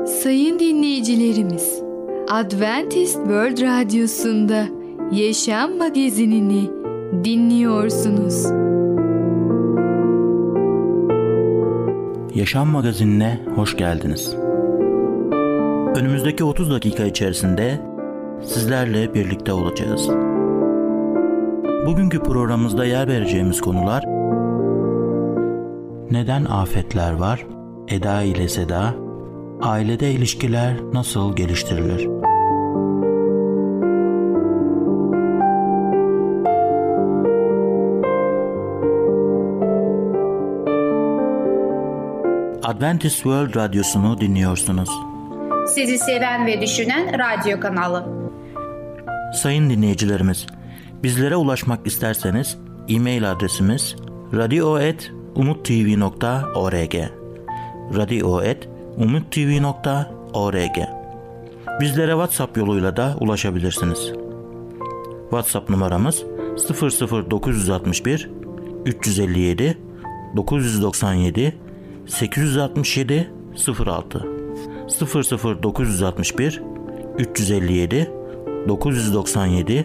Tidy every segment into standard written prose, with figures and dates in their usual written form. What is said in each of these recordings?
Sayın dinleyicilerimiz, Adventist World Radyosu'nda Yaşam Magazinini dinliyorsunuz. Yaşam Magazinine hoş geldiniz. Önümüzdeki 30 dakika içerisinde sizlerle birlikte olacağız. Bugünkü programımızda yer vereceğimiz konular: neden afetler var? Eda ile Seda, ailede ilişkiler nasıl geliştirilir? Adventist World Radyosu'nu dinliyorsunuz. Sizi seven ve düşünen radyo kanalı. Sayın dinleyicilerimiz, bizlere ulaşmak isterseniz e-mail adresimiz radio@umuttv.org radio@umuttv.org. Bizlere WhatsApp yoluyla da ulaşabilirsiniz. WhatsApp numaramız 00961 357 997 867 06 00961 357 997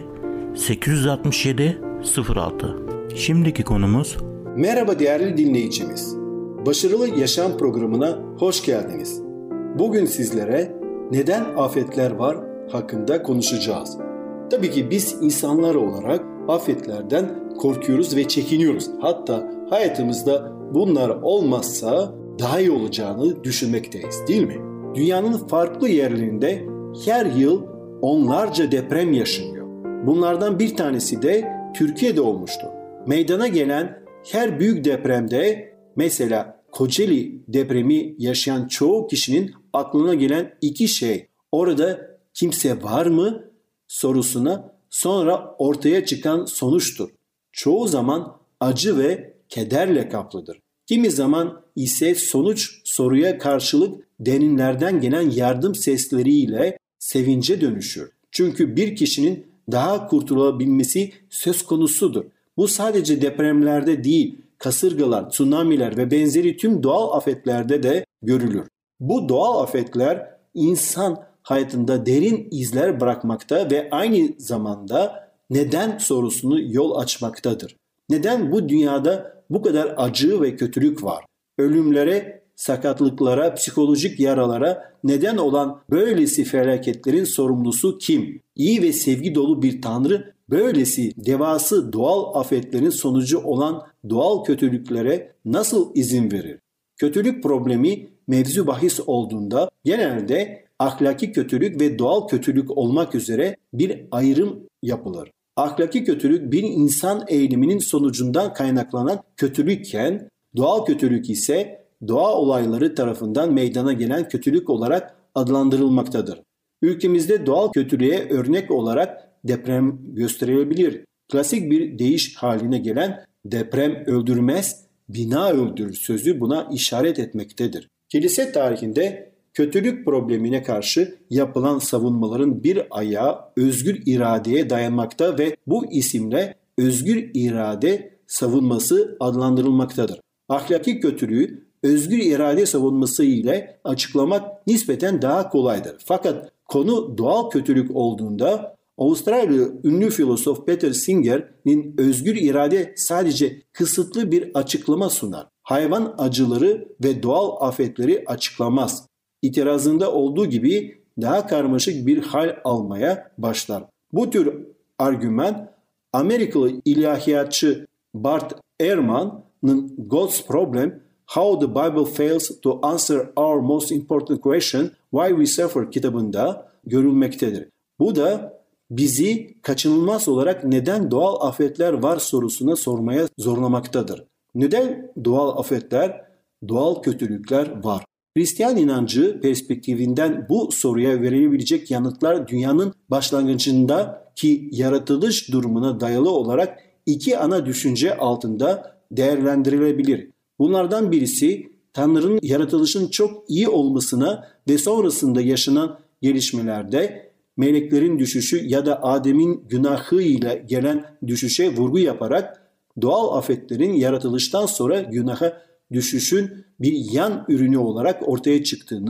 867 06. Şimdiki konumuz: Merhaba değerli dinleyicimiz. Başarılı Yaşam programına hoş geldiniz. Bugün sizlere neden afetler var hakkında konuşacağız. Tabii ki biz insanlar olarak afetlerden korkuyoruz ve çekiniyoruz. Hatta hayatımızda bunlar olmazsa daha iyi olacağını düşünmekteyiz, değil mi? Dünyanın farklı yerlerinde her yıl onlarca deprem yaşanıyor. Bunlardan bir tanesi de Türkiye'de olmuştu. Meydana gelen her büyük depremde, mesela Kocaeli depremi yaşayan çoğu kişinin aklına gelen iki şey: orada kimse var mı sorusuna sonra ortaya çıkan sonuçtur. Çoğu zaman acı ve kederle kaplıdır. Kimi zaman ise sonuç soruya karşılık derinlerden gelen yardım sesleriyle sevince dönüşür. Çünkü bir kişinin daha kurtulabilmesi söz konusudur. Bu sadece depremlerde değil, kasırgalar, tsunamiler ve benzeri tüm doğal afetlerde de görülür. Bu doğal afetler insan hayatında derin izler bırakmakta ve aynı zamanda neden sorusunu yol açmaktadır. Neden bu dünyada bu kadar acı ve kötülük var? Ölümlere, sakatlıklara, psikolojik yaralara neden olan böylesi felaketlerin sorumlusu kim? İyi ve sevgi dolu bir Tanrı böylesi devasa doğal afetlerin sonucu olan doğal kötülüklere nasıl izin verir? Kötülük problemi mevzu bahis olduğunda genelde ahlaki kötülük ve doğal kötülük olmak üzere bir ayrım yapılır. Ahlaki kötülük bir insan eğiliminin sonucundan kaynaklanan kötülükken, doğal kötülük ise doğa olayları tarafından meydana gelen kötülük olarak adlandırılmaktadır. Ülkemizde doğal kötülüğe örnek olarak deprem gösterilebilir. Klasik bir deyiş haline gelen deprem öldürmez, bina öldürür sözü buna işaret etmektedir. Kilise tarihinde kötülük problemine karşı yapılan savunmaların bir ayağı özgür iradeye dayanmakta ve bu isimle özgür irade savunması adlandırılmaktadır. Ahlaki kötülüğü özgür irade savunması ile açıklamak nispeten daha kolaydır. Fakat konu doğal kötülük olduğunda Avustralyalı ünlü filozof Peter Singer'in özgür irade sadece kısıtlı bir açıklama sunar. Hayvan acıları ve doğal afetleri açıklamaz. İtirazında olduğu gibi daha karmaşık bir hal almaya başlar. Bu tür argüman Amerikalı ilahiyatçı Bart Ehrman'ın God's Problem: How the Bible Fails to Answer Our Most Important Question, Why We Suffer kitabında görülmektedir. Bu da bizi kaçınılmaz olarak neden doğal afetler var sorusuna sormaya zorlamaktadır. Neden doğal afetler, doğal kötülükler var? Hristiyan inancı perspektifinden bu soruya verilebilecek yanıtlar dünyanın başlangıcındaki yaratılış durumuna dayalı olarak iki ana düşünce altında değerlendirilebilir. Bunlardan birisi Tanrı'nın yaratılışın çok iyi olmasına ve sonrasında yaşanan gelişmelerde meleklerin düşüşü ya da Adem'in günahı ile gelen düşüşe vurgu yaparak doğal afetlerin yaratılıştan sonra günaha düşüşün bir yan ürünü olarak ortaya çıktığını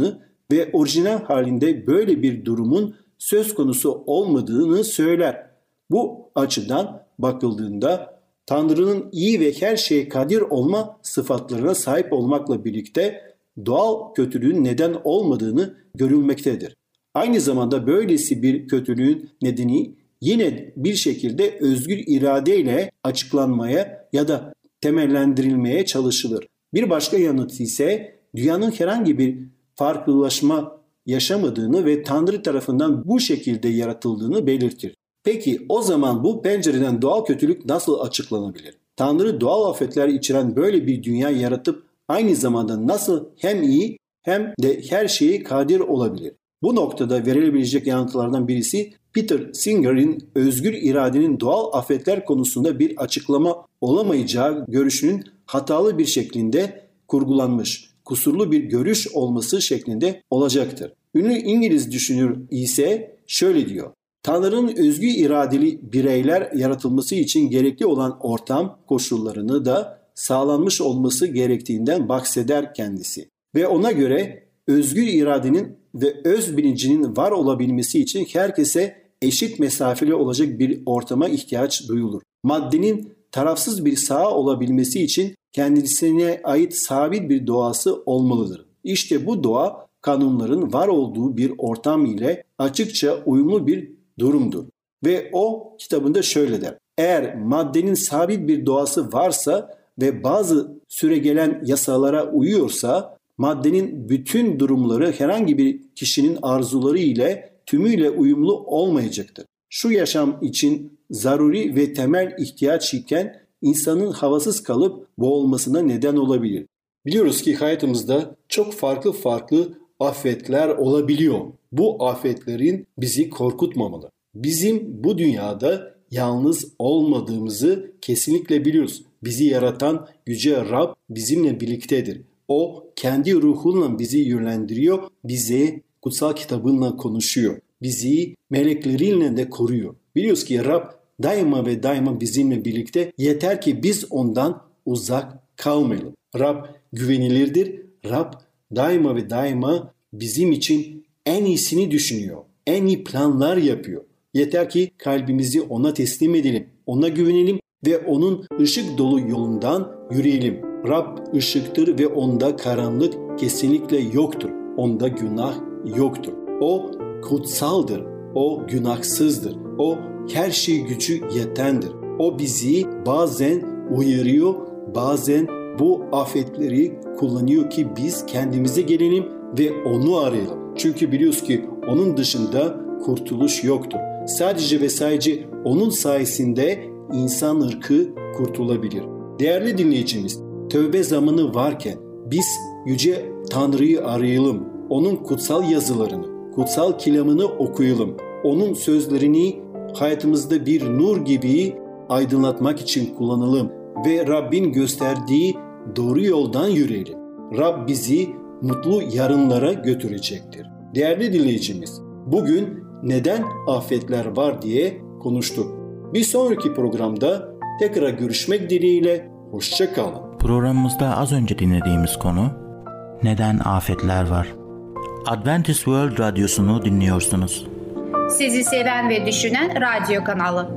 ve orijinal halinde böyle bir durumun söz konusu olmadığını söyler. Bu açıdan bakıldığında Tanrı'nın iyi ve her şeye kadir olma sıfatlarına sahip olmakla birlikte doğal kötülüğün neden olmadığını görülmektedir. Aynı zamanda böylesi bir kötülüğün nedeni yine bir şekilde özgür iradeyle açıklanmaya ya da temellendirilmeye çalışılır. Bir başka yanıt ise dünyanın herhangi bir farklılaşma yaşamadığını ve Tanrı tarafından bu şekilde yaratıldığını belirtir. Peki o zaman bu pencereden doğal kötülük nasıl açıklanabilir? Tanrı doğal afetler içeren böyle bir dünya yaratıp aynı zamanda nasıl hem iyi hem de her şeye kadir olabilir? Bu noktada verilebilecek yanıtlardan birisi Peter Singer'in özgür iradenin doğal afetler konusunda bir açıklama olamayacağı görüşünün hatalı bir şeklinde kurgulanmış, kusurlu bir görüş olması şeklinde olacaktır. Ünlü İngiliz düşünür ise şöyle diyor: Tanrı'nın özgür iradeli bireyler yaratılması için gerekli olan ortam koşullarını da sağlanmış olması gerektiğinden bahseder kendisi. Ve ona göre özgür iradenin ve öz bilincinin var olabilmesi için herkese eşit mesafeli olacak bir ortama ihtiyaç duyulur. Maddenin tarafsız bir saha olabilmesi için kendisine ait sabit bir doğası olmalıdır. İşte bu doğa kanunların var olduğu bir ortam ile açıkça uyumlu bir durumdur. Ve o kitabında şöyle der: eğer maddenin sabit bir doğası varsa ve bazı süregelen yasalara uyuyorsa, maddenin bütün durumları herhangi bir kişinin arzuları ile tümüyle uyumlu olmayacaktır. Şu yaşam için zaruri ve temel ihtiyaç iken insanın havasız kalıp boğulmasına neden olabilir. Biliyoruz ki hayatımızda çok farklı afetler olabiliyor. Bu afetlerin bizi korkutmamalı. Bizim bu dünyada yalnız olmadığımızı kesinlikle biliyoruz. Bizi yaratan Yüce Rab bizimle birliktedir. O kendi ruhunla bizi yönlendiriyor, bize kutsal kitabınla konuşuyor. Bizi melekleriyle de koruyor. Biliyoruz ki Rab daima ve daima bizimle birlikte, yeter ki biz ondan uzak kalmayalım. Rab güvenilirdir. Rab daima ve daima bizim için en iyisini düşünüyor. En iyi planlar yapıyor. Yeter ki kalbimizi ona teslim edelim. Ona güvenelim ve onun ışık dolu yolundan yürüyelim. Rab ışıktır ve onda karanlık kesinlikle yoktur. Onda günah yoktur. O kutsaldır. O günahsızdır. O her şey gücü yetendir. O bizi bazen uyarıyor, bazen bu afetleri kullanıyor ki biz kendimize gelelim ve onu arayalım. Çünkü biliyoruz ki onun dışında kurtuluş yoktur. Sadece ve sadece onun sayesinde insan ırkı kurtulabilir. Değerli dinleyicimiz, tövbe zamanı varken biz Yüce Tanrı'yı arayalım. Onun kutsal yazılarını, kutsal kelamını okuyalım. Onun sözlerini hayatımızda bir nur gibi aydınlatmak için kullanalım ve Rabbin gösterdiği doğru yoldan yürüyelim. Rab bizi mutlu yarınlara götürecektir. Değerli dinleyicimiz, bugün neden afetler var diye konuştuk. Bir sonraki programda tekrar görüşmek dileğiyle, hoşça kalın. Programımızda az önce dinlediğimiz konu neden afetler var? Adventist World Radyosu'nu dinliyorsunuz. Sizi seven ve düşünen radyo kanalı.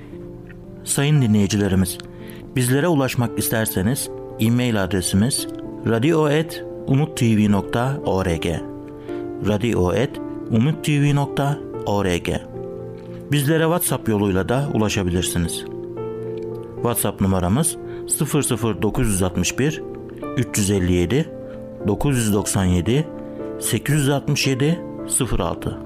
Sayın dinleyicilerimiz, bizlere ulaşmak isterseniz e-mail adresimiz radio@umuttv.org radio@umuttv.org. Bizlere WhatsApp yoluyla da ulaşabilirsiniz. WhatsApp numaramız 00961 357 997 867 06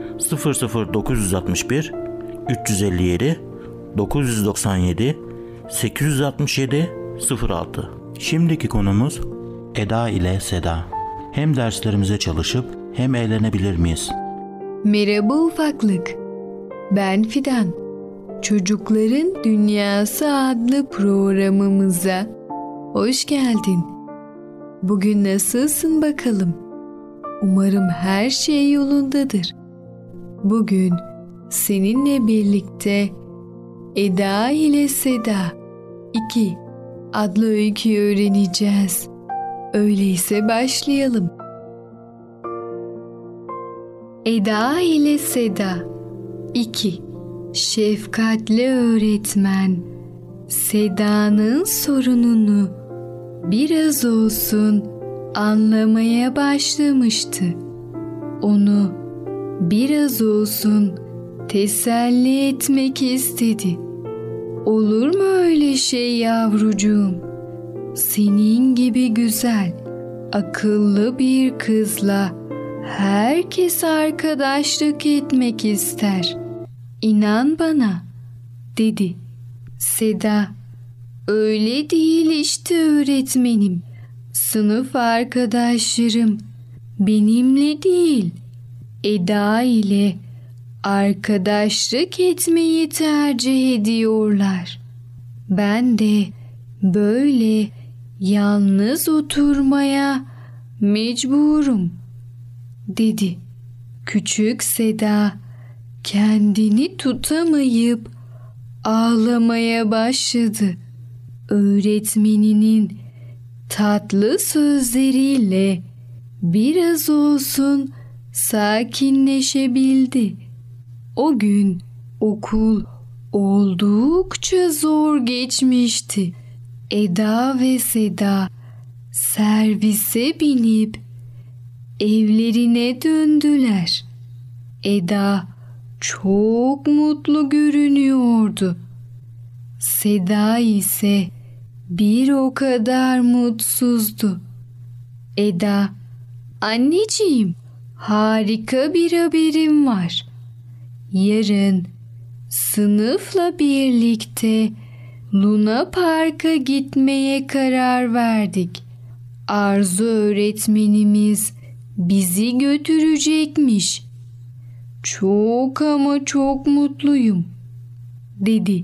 00961 357 997 867 06. Şimdiki konumuz Eda ile Seda. Hem derslerimize çalışıp hem eğlenebilir miyiz? Merhaba ufaklık. Ben Fidan. Çocukların Dünyası adlı programımıza hoş geldin. Bugün nasılsın bakalım? Umarım her şey yolundadır. Bugün seninle birlikte Eda ile Seda 2 adlı öyküyü öğreneceğiz. Öyleyse başlayalım. Eda ile Seda. 2. Şefkatli öğretmen Seda'nın sorununu biraz olsun anlamaya başlamıştı. Onu biraz olsun teselli etmek istedi. Olur mu öyle şey yavrucuğum? Senin gibi güzel, akıllı bir kızla herkes arkadaşlık etmek ister. İnan bana, dedi. Seda, öyle değil işte öğretmenim. Sınıf arkadaşlarım benimle değil, Eda ile arkadaşlık etmeyi tercih ediyorlar. Ben de böyle yalnız oturmaya mecburum, dedi. Küçük Seda kendini tutamayıp ağlamaya başladı. Öğretmeninin tatlı sözleriyle biraz olsun sakinleşebildi. O gün okul oldukça zor geçmişti. Eda ve Seda servise binip evlerine döndüler. Eda çok mutlu görünüyordu. Seda ise bir o kadar mutsuzdu. Eda, anneciğim, harika bir haberim var. Yarın sınıfla birlikte Luna Park'a gitmeye karar verdik. Arzu öğretmenimiz bizi götürecekmiş. Çok ama çok mutluyum, dedi.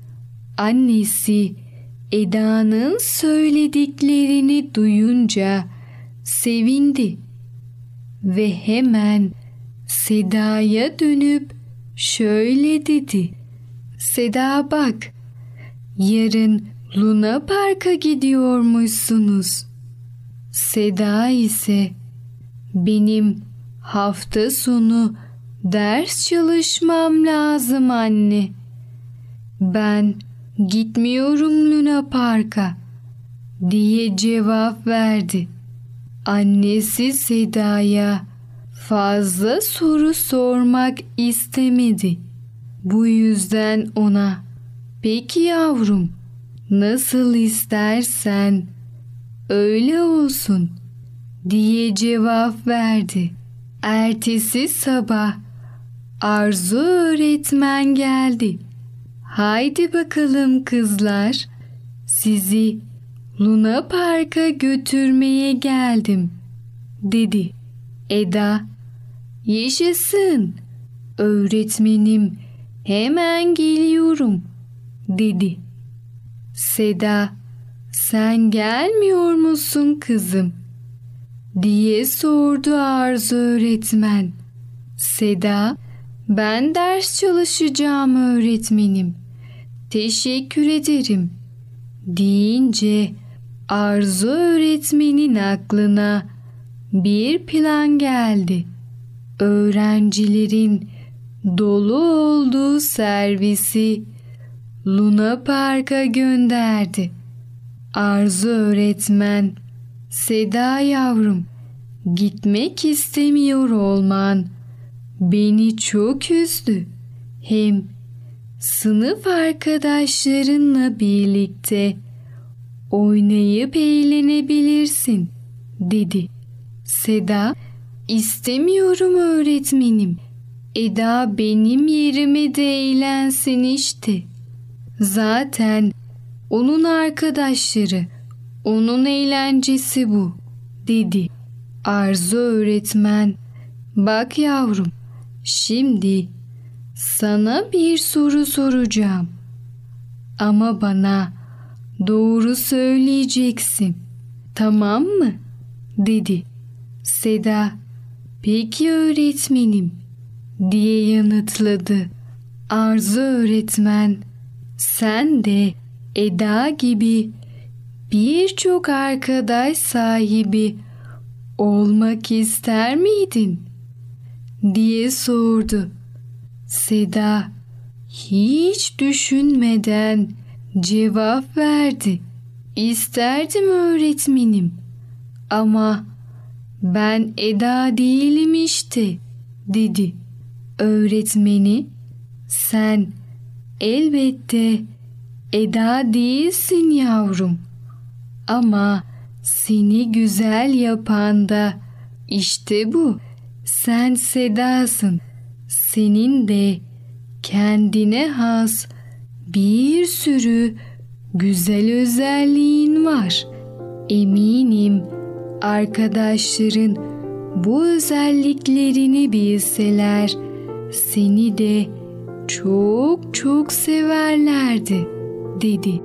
Annesi Eda'nın söylediklerini duyunca sevindi ve hemen Seda'ya dönüp şöyle dedi. Seda bak, yarın Luna Park'a gidiyormuşsunuz. Seda ise benim hafta sonu ders çalışmam lazım anne. Ben gitmiyorum Luna Park'a, diye cevap verdi. Annesi Seda'ya fazla soru sormak istemedi. Bu yüzden ona "Peki yavrum, nasıl istersen öyle olsun," diye cevap verdi. Ertesi sabah Arzu öğretmen geldi. "Haydi bakalım kızlar, sizi Luna Park'a götürmeye geldim," dedi. Eda, "Yaşasın, öğretmenim, hemen geliyorum," dedi. Seda, "Sen gelmiyor musun kızım?" diye sordu Arzu öğretmen. Seda, "Ben ders çalışacağım öğretmenim. Teşekkür ederim," deyince Arzu öğretmenin aklına bir plan geldi. Öğrencilerin dolu olduğu servisi Luna Park'a gönderdi. Arzu öğretmen, "Seda yavrum, gitmek istemiyor olman beni çok üzdü. Hem sınıf arkadaşlarınla birlikte oynayıp eğlenebilirsin," dedi. Seda, "İstemiyorum öğretmenim. Eda benim yerime de eğlensin işte. Zaten onun arkadaşları, onun eğlencesi bu," dedi. Arzu öğretmen, "Bak yavrum, şimdi sana bir soru soracağım. Ama bana doğru söyleyeceksin. Tamam mı?" dedi. Seda, "Peki öğretmenim," diye yanıtladı. Arzu öğretmen, "Sen de Eda gibi birçok arkadaş sahibi olmak ister miydin?" diye sordu. Seda hiç düşünmeden cevap verdi. İsterdim öğretmenim ama ben Eda değilim işte, dedi. Öğretmeni, sen elbette Eda değilsin yavrum. Ama seni güzel yapan da işte bu. Sen Seda'sın. Senin de kendine has bir sürü güzel özelliğin var. Eminim arkadaşların bu özelliklerini bilseler seni de çok çok severlerdi, dedi.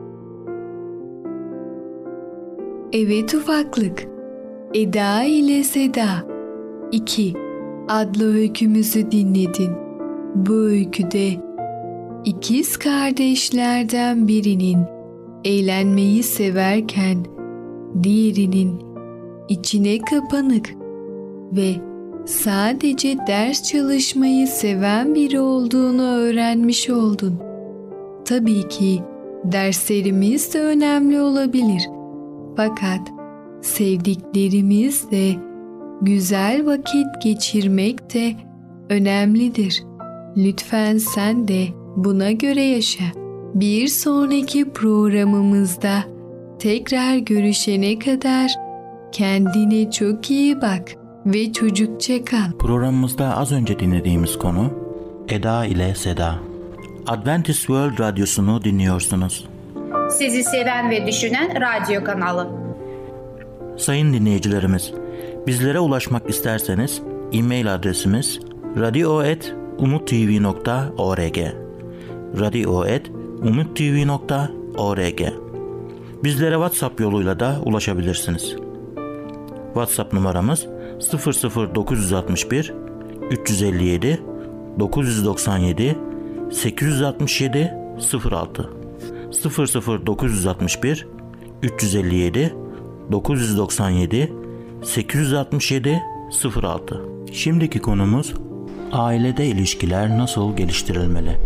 Evet ufaklık, Eda ile Seda 2 adlı öykümüzü dinledin. Bu öyküde ikiz kardeşlerden birinin eğlenmeyi severken diğerinin içine kapanık ve sadece ders çalışmayı seven biri olduğunu öğrenmiş oldun. Tabii ki derslerimiz de önemli olabilir. Fakat sevdiklerimizle güzel vakit geçirmek de önemlidir. Lütfen sen de buna göre yaşa. Bir sonraki programımızda tekrar görüşene kadar kendine çok iyi bak ve çocukça kal. Programımızda az önce dinlediğimiz konu Eda ile Seda. Adventist World Radyosu'nu dinliyorsunuz. Sizi seven ve düşünen radyo kanalı. Sayın dinleyicilerimiz, bizlere ulaşmak isterseniz e-mail adresimiz radio@umuttv.org radio@umuttv.org. Bizlere WhatsApp yoluyla da ulaşabilirsiniz. WhatsApp numaramız 00961 357 997 867 06 00961 357 997 867 06. Şimdiki konumuz ailede ilişkiler nasıl geliştirilmeli?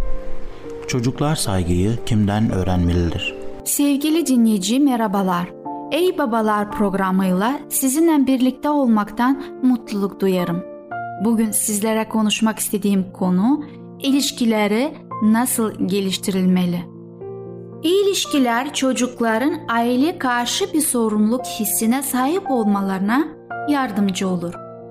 Çocuklar saygıyı kimden öğrenmelidir? Sevgili dinleyici merhabalar. Ey Babalar programıyla sizinle birlikte olmaktan mutluluk duyarım. Bugün sizlere konuşmak istediğim konu ilişkileri nasıl geliştirilmeli? İlişkiler çocukların aile karşı bir sorumluluk hissine sahip olmalarına yardımcı olur.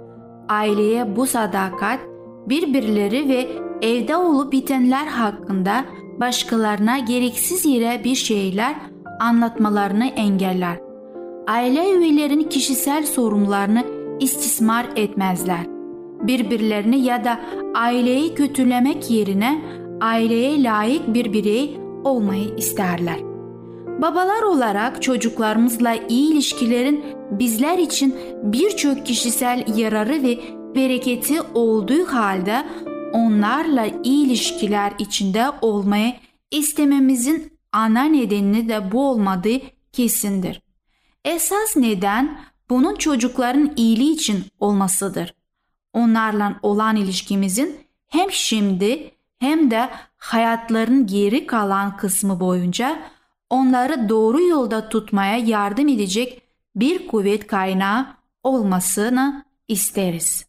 Aileye bu sadakat, birbirleri ve evde olup bitenler hakkında başkalarına gereksiz yere bir şeyler anlatmalarını engeller. Aile üyelerinin kişisel sorunlarını istismar etmezler. Birbirlerini ya da aileyi kötülemek yerine aileye layık bir birey olmayı isterler. Babalar olarak çocuklarımızla iyi ilişkilerin bizler için birçok kişisel yararı ve bereketi olduğu halde onlarla iyi ilişkiler içinde olmayı istememizin ana nedeni de bu olmadığı kesindir. Esas neden bunun çocukların iyiliği için olmasıdır. Onlarla olan ilişkimizin hem şimdi hem de hayatlarının geri kalan kısmı boyunca onları doğru yolda tutmaya yardım edecek bir kuvvet kaynağı olmasını isteriz.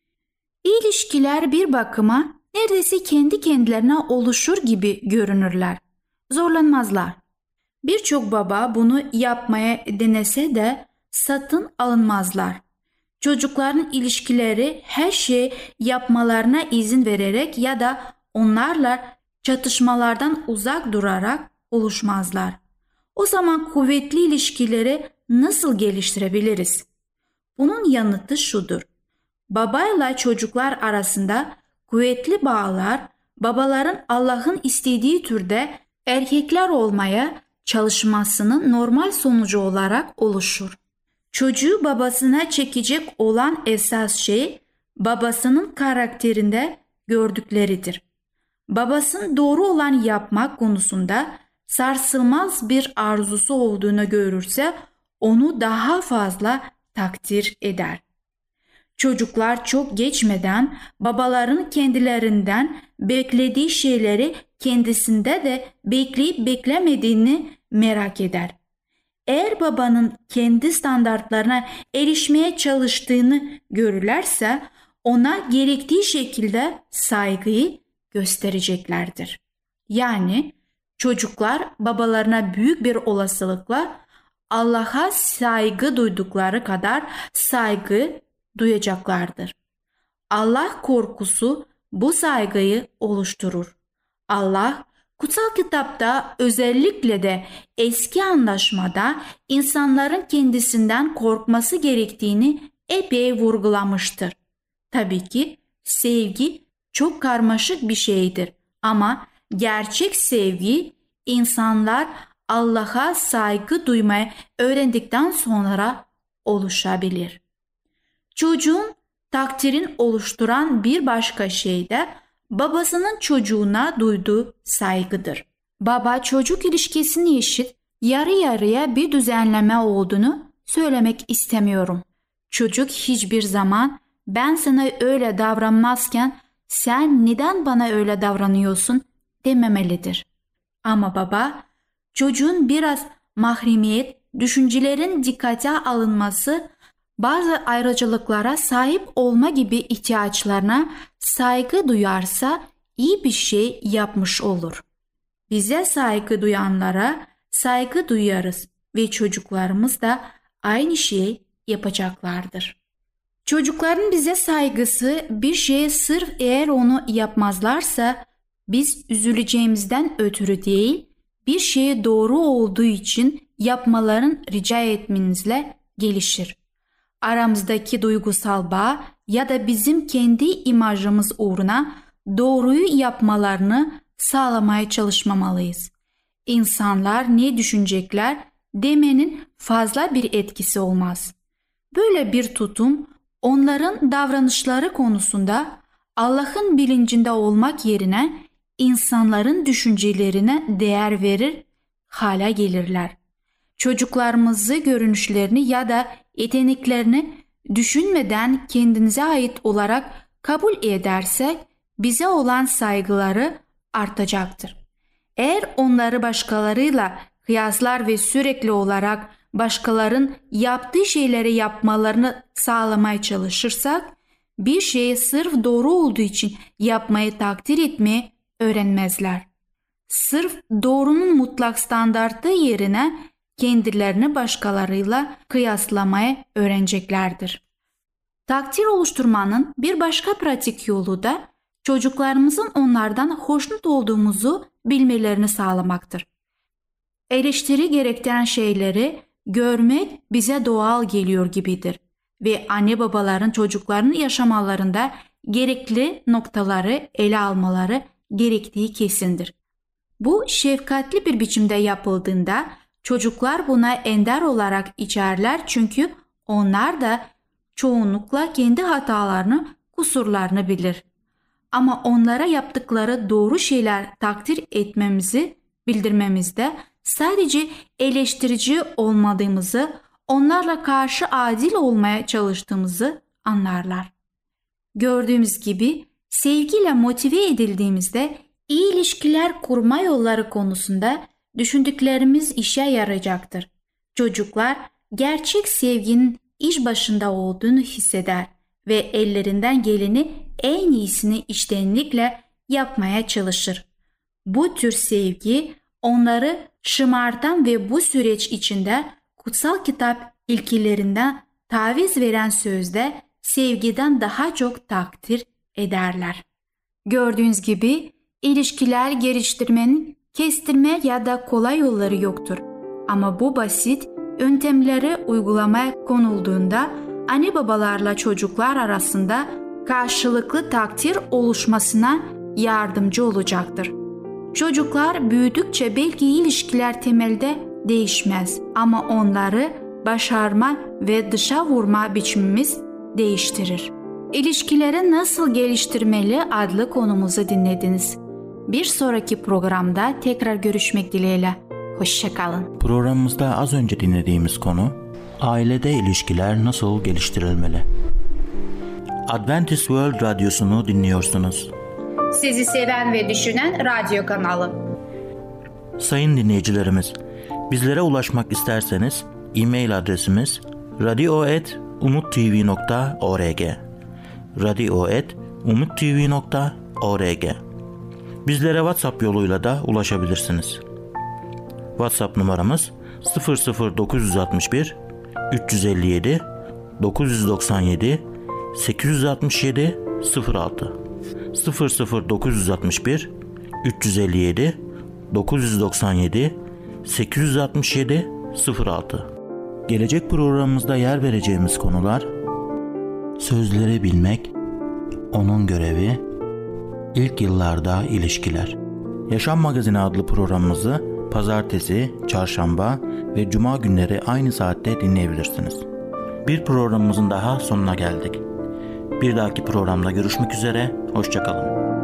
İlişkiler bir bakıma neredeyse kendi kendilerine oluşur gibi görünürler. Zorlanmazlar. Birçok baba bunu yapmaya denese de satın alınmazlar. Çocukların ilişkileri her şeyi yapmalarına izin vererek ya da onlarla çatışmalardan uzak durarak oluşmazlar. O zaman kuvvetli ilişkileri nasıl geliştirebiliriz? Bunun yanıtı şudur. Babayla çocuklar arasında kuvvetli bağlar, babaların Allah'ın istediği türde erkekler olmaya çalışmasının normal sonucu olarak oluşur. Çocuğu babasına çekecek olan esas şey babasının karakterinde gördükleridir. Babasının doğru olan yapmak konusunda sarsılmaz bir arzusu olduğunu görürse onu daha fazla takdir eder. Çocuklar çok geçmeden babaların kendilerinden beklediği şeyleri kendisinde de bekleyip beklemediğini merak eder. Eğer babanın kendi standartlarına erişmeye çalıştığını görürlerse ona gerektiği şekilde saygıyı göstereceklerdir. Yani çocuklar babalarına büyük bir olasılıkla Allah'a saygı duydukları kadar saygı duyacaklardır. Allah korkusu bu saygıyı oluşturur. Allah kutsal kitapta özellikle de eski anlaşmada insanların kendisinden korkması gerektiğini epey vurgulamıştır. Tabii ki sevgi çok karmaşık bir şeydir ama gerçek sevgi insanlar Allah'a saygı duymayı öğrendikten sonra oluşabilir. Çocuğun takdirini oluşturan bir başka şey de babasının çocuğuna duyduğu saygıdır. Baba çocuk ilişkisini eşit, yarı yarıya bir düzenleme olduğunu söylemek istemiyorum. Çocuk hiçbir zaman ben sana öyle davranmazken sen neden bana öyle davranıyorsun dememelidir. Ama baba çocuğun biraz mahremiyet, düşüncelerin dikkate alınması, bazı ayrıcalıklara sahip olma gibi ihtiyaçlarına saygı duyarsa iyi bir şey yapmış olur. Bize saygı duyanlara saygı duyarız ve çocuklarımız da aynı şeyi yapacaklardır. Çocukların bize saygısı bir şeye sırf eğer onu yapmazlarsa biz üzüleceğimizden ötürü değil, bir şeye doğru olduğu için yapmalarını rica etmenizle gelişir. Aramızdaki duygusal bağ ya da bizim kendi imajımız uğruna doğruyu yapmalarını sağlamaya çalışmamalıyız. İnsanlar ne düşünecekler demenin fazla bir etkisi olmaz. Böyle bir tutum onların davranışları konusunda Allah'ın bilincinde olmak yerine insanların düşüncelerine değer verir hale gelirler. Çocuklarımızı görünüşlerini ya da yeteneklerini düşünmeden kendinize ait olarak kabul edersek bize olan saygıları artacaktır. Eğer onları başkalarıyla kıyaslar ve sürekli olarak başkalarının yaptığı şeyleri yapmalarını sağlamaya çalışırsak bir şeyi sırf doğru olduğu için yapmayı takdir etmeyi öğrenmezler. Sırf doğrunun mutlak standartı yerine kendilerini başkalarıyla kıyaslamaya öğreneceklerdir. Takdir oluşturmanın bir başka pratik yolu da çocuklarımızın onlardan hoşnut olduğumuzu bilmelerini sağlamaktır. Eleştiri gerektiren şeyleri görmek bize doğal geliyor gibidir ve anne babaların çocuklarının yaşamalarında gerekli noktaları ele almaları gerektiği kesindir. Bu şefkatli bir biçimde yapıldığında çocuklar buna ender olarak içerler çünkü onlar da çoğunlukla kendi hatalarını, kusurlarını bilir. Ama onlara yaptıkları doğru şeyler takdir etmemizi bildirmemizde sadece eleştirici olmadığımızı, onlarla karşı adil olmaya çalıştığımızı anlarlar. Gördüğümüz gibi sevgiyle motive edildiğimizde iyi ilişkiler kurma yolları konusunda düşündüklerimiz işe yarayacaktır. Çocuklar gerçek sevginin iş başında olduğunu hisseder ve ellerinden geleni en iyisini içtenlikle yapmaya çalışır. Bu tür sevgi onları şımartan ve bu süreç içinde kutsal kitap ilkelerinden taviz veren sözde sevgiden daha çok takdir ederler. Gördüğünüz gibi ilişkiler geliştirmenin kestirme ya da kolay yolları yoktur. Ama bu basit yöntemleri uygulamaya konulduğunda anne babalarla çocuklar arasında karşılıklı takdir oluşmasına yardımcı olacaktır. Çocuklar büyüdükçe belki ilişkiler temelde değişmez ama onları başarma ve dışa vurma biçimimiz değiştirir. İlişkileri nasıl geliştirmeli adlı konumuzu dinlediniz. Bir sonraki programda tekrar görüşmek dileğiyle. Hoşça kalın. Programımızda az önce dinlediğimiz konu ailede ilişkiler nasıl geliştirilmeli? Adventist World Radyosu'nu dinliyorsunuz. Sizi seven ve düşünen radyo kanalı. Sayın dinleyicilerimiz, bizlere ulaşmak isterseniz e-mail adresimiz radio@umuttv.org radio@umuttv.org. Bizlere WhatsApp yoluyla da ulaşabilirsiniz. WhatsApp numaramız 00961 357 997 867 06 00961 357 997 867 06. Gelecek programımızda yer vereceğimiz konular: sözleri bilmek, onun görevi, ilk yıllarda ilişkiler. Yaşam Magazini adlı programımızı pazartesi, çarşamba ve cuma günleri aynı saatte dinleyebilirsiniz. Bir programımızın daha sonuna geldik. Bir dahaki programda görüşmek üzere, hoşça kalın.